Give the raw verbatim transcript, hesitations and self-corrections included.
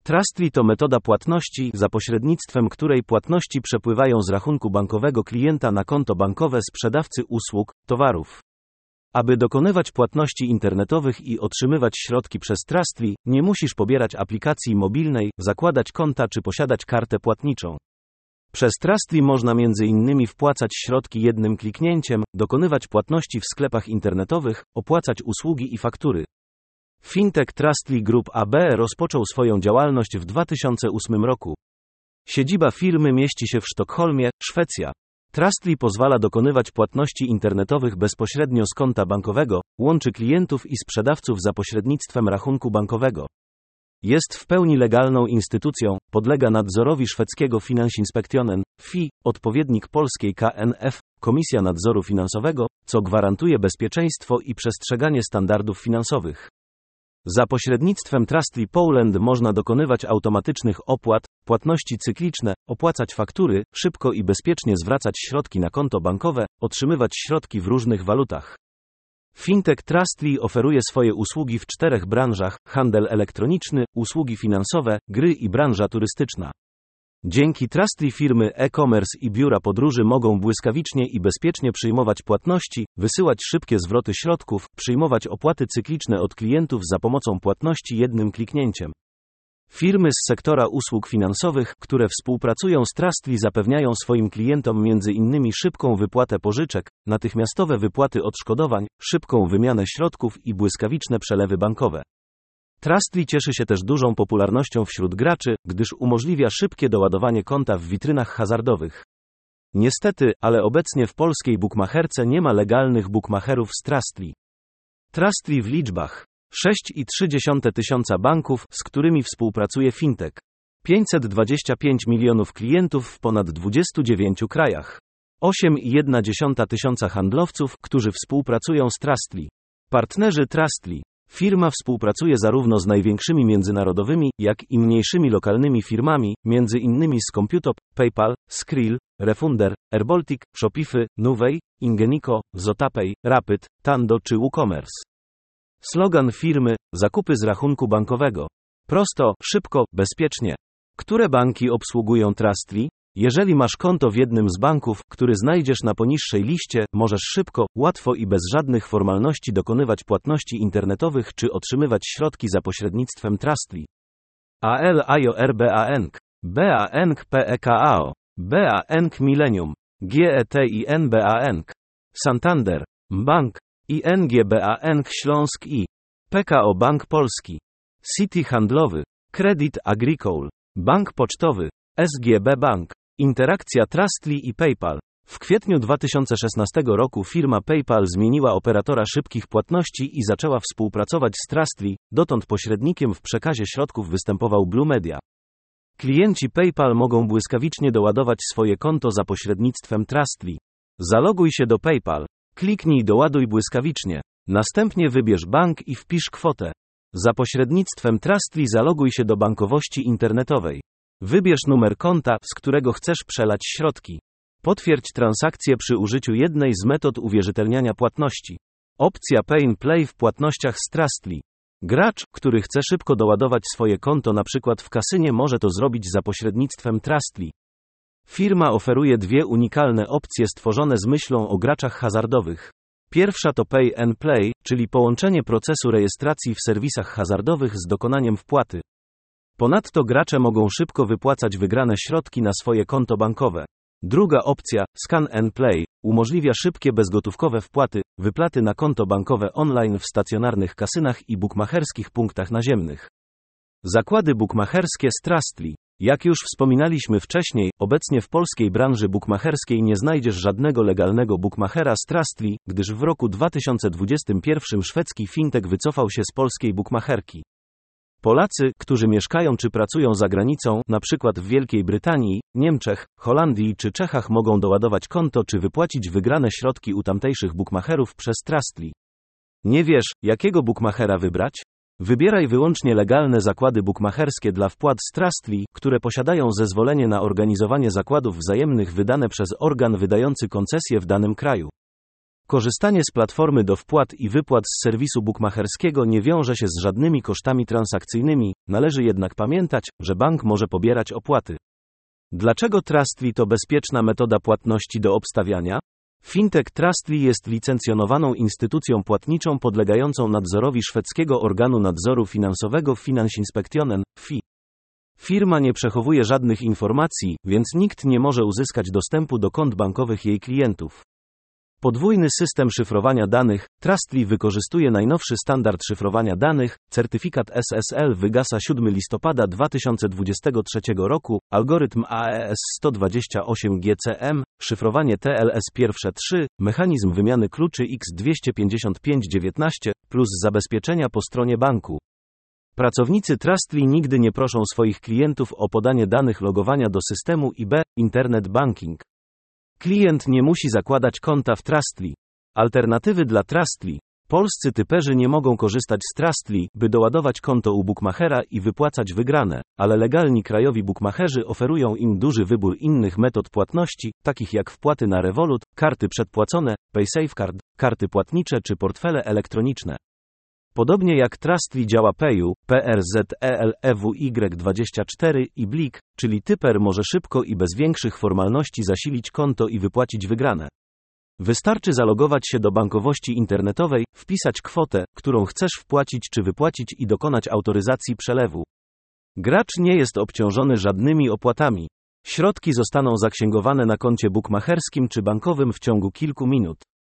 Trustly to metoda płatności, za pośrednictwem której płatności przepływają z rachunku bankowego klienta na konto bankowe sprzedawcy usług, towarów. Aby dokonywać płatności internetowych i otrzymywać środki przez Trustly, nie musisz pobierać aplikacji mobilnej, zakładać konta czy posiadać kartę płatniczą. Przez Trustly można między innymi wpłacać środki jednym kliknięciem, dokonywać płatności w sklepach internetowych, opłacać usługi i faktury. Fintech Trustly Group A B rozpoczął swoją działalność w dwa tysiące ósmym roku. Siedziba firmy mieści się w Sztokholmie, Szwecja. Trustly pozwala dokonywać płatności internetowych bezpośrednio z konta bankowego, łączy klientów i sprzedawców za pośrednictwem rachunku bankowego. Jest w pełni legalną instytucją, podlega nadzorowi szwedzkiego Finansinspektionen, F I, odpowiednik polskiej K N F, Komisja Nadzoru Finansowego, co gwarantuje bezpieczeństwo i przestrzeganie standardów finansowych. Za pośrednictwem Trustly Poland można dokonywać automatycznych opłat, płatności cykliczne, opłacać faktury, szybko i bezpiecznie zwracać środki na konto bankowe, otrzymywać środki w różnych walutach. Fintech Trustly oferuje swoje usługi w czterech branżach: handel elektroniczny, usługi finansowe, gry i branża turystyczna. Dzięki Trustly firmy e-commerce i biura podróży mogą błyskawicznie i bezpiecznie przyjmować płatności, wysyłać szybkie zwroty środków, przyjmować opłaty cykliczne od klientów za pomocą płatności jednym kliknięciem. Firmy z sektora usług finansowych, które współpracują z Trustly, zapewniają swoim klientom między innymi szybką wypłatę pożyczek, natychmiastowe wypłaty odszkodowań, szybką wymianę środków i błyskawiczne przelewy bankowe. Trustly cieszy się też dużą popularnością wśród graczy, gdyż umożliwia szybkie doładowanie konta w witrynach hazardowych. Niestety, ale obecnie w polskiej bukmacherce nie ma legalnych bukmacherów z Trustly. Trustly w liczbach: sześć i trzy dziesiąte tysiąca banków, z którymi współpracuje fintech. pięćset dwadzieścia pięć milionów klientów w ponad dwudziestu dziewięciu krajach. osiem i jedna dziesiąta tysiąca handlowców, którzy współpracują z Trustly. Partnerzy Trustly. Firma współpracuje zarówno z największymi międzynarodowymi, jak i mniejszymi lokalnymi firmami, między innymi z Computop, PayPal, Skrill, Refunder, AirBaltic, Shopify, Nuvei, Ingenico, Zotapay, Rapid, Tando czy WooCommerce. Slogan firmy: zakupy z rachunku bankowego. Prosto, szybko, bezpiecznie. Które banki obsługują Trustly? Jeżeli masz konto w jednym z banków, który znajdziesz na poniższej liście, możesz szybko, łatwo i bez żadnych formalności dokonywać płatności internetowych czy otrzymywać środki za pośrednictwem Trustly. A L I O R Bank, Bank P E K A O, Bank Millennium, G E T I N Bank, Santander, Bank, I N G Bank Śląsk I, P K O Bank Polski, City Handlowy, Credit Agricole, Bank Pocztowy, S G B Bank. Interakcja Trustly i PayPal. W kwietniu dwa tysiące szesnastego roku firma PayPal zmieniła operatora szybkich płatności i zaczęła współpracować z Trustly, dotąd pośrednikiem w przekazie środków występował Blue Media. Klienci PayPal mogą błyskawicznie doładować swoje konto za pośrednictwem Trustly. Zaloguj się do PayPal. Kliknij doładuj błyskawicznie. Następnie wybierz bank i wpisz kwotę. Za pośrednictwem Trustly zaloguj się do bankowości internetowej. Wybierz numer konta, z którego chcesz przelać środki. Potwierdź transakcję przy użyciu jednej z metod uwierzytelniania płatności. Opcja Pay and Play w płatnościach z Trustly. Gracz, który chce szybko doładować swoje konto np. w kasynie, może to zrobić za pośrednictwem Trustly. Firma oferuje dwie unikalne opcje stworzone z myślą o graczach hazardowych. Pierwsza to Pay and Play, czyli połączenie procesu rejestracji w serwisach hazardowych z dokonaniem wpłaty. Ponadto gracze mogą szybko wypłacać wygrane środki na swoje konto bankowe. Druga opcja, Scan and Play, umożliwia szybkie bezgotówkowe wpłaty, wypłaty na konto bankowe online w stacjonarnych kasynach i bukmacherskich punktach naziemnych. Zakłady bukmacherskie z Trustly. Jak już wspominaliśmy wcześniej, obecnie w polskiej branży bukmacherskiej nie znajdziesz żadnego legalnego bukmachera z Trustly, gdyż w roku dwa tysiące dwudziestym pierwszym szwedzki fintech wycofał się z polskiej bukmacherki. Polacy, którzy mieszkają czy pracują za granicą, np. w Wielkiej Brytanii, Niemczech, Holandii czy Czechach, mogą doładować konto czy wypłacić wygrane środki u tamtejszych bukmacherów przez Trustly. Nie wiesz, jakiego bukmachera wybrać? Wybieraj wyłącznie legalne zakłady bukmacherskie dla wpłat z Trustly, które posiadają zezwolenie na organizowanie zakładów wzajemnych wydane przez organ wydający koncesję w danym kraju. Korzystanie z platformy do wpłat i wypłat z serwisu bukmacherskiego nie wiąże się z żadnymi kosztami transakcyjnymi, należy jednak pamiętać, że bank może pobierać opłaty. Dlaczego Trustly to bezpieczna metoda płatności do obstawiania? Fintech Trustly jest licencjonowaną instytucją płatniczą podlegającą nadzorowi szwedzkiego organu nadzoru finansowego Finansinspektionen, F I. Firma nie przechowuje żadnych informacji, więc nikt nie może uzyskać dostępu do kont bankowych jej klientów. Podwójny system szyfrowania danych. Trustly wykorzystuje najnowszy standard szyfrowania danych. Certyfikat S S L wygasa siódmego listopada dwa tysiące dwudziestego trzeciego roku. Algorytm A E S sto dwadzieścia osiem G C M. Szyfrowanie T L S pierwsze trzy. Mechanizm wymiany kluczy X dwieście pięćdziesiąt pięć dziewiętnaście plus zabezpieczenia po stronie banku. Pracownicy Trustly nigdy nie proszą swoich klientów o podanie danych logowania do systemu I B, Internet Banking. Klient nie musi zakładać konta w Trustly. Alternatywy dla Trustly. Polscy typerzy nie mogą korzystać z Trustly, by doładować konto u bukmachera i wypłacać wygrane, ale legalni krajowi bukmacherzy oferują im duży wybór innych metod płatności, takich jak wpłaty na Revolut, karty przedpłacone, PaySafeCard, karty płatnicze czy portfele elektroniczne. Podobnie jak Trustly działa Payu, P R Z E L E W Y dwadzieścia cztery i Blik, czyli typer może szybko i bez większych formalności zasilić konto i wypłacić wygrane. Wystarczy zalogować się do bankowości internetowej, wpisać kwotę, którą chcesz wpłacić czy wypłacić i dokonać autoryzacji przelewu. Gracz nie jest obciążony żadnymi opłatami. Środki zostaną zaksięgowane na koncie bukmacherskim czy bankowym w ciągu kilku minut.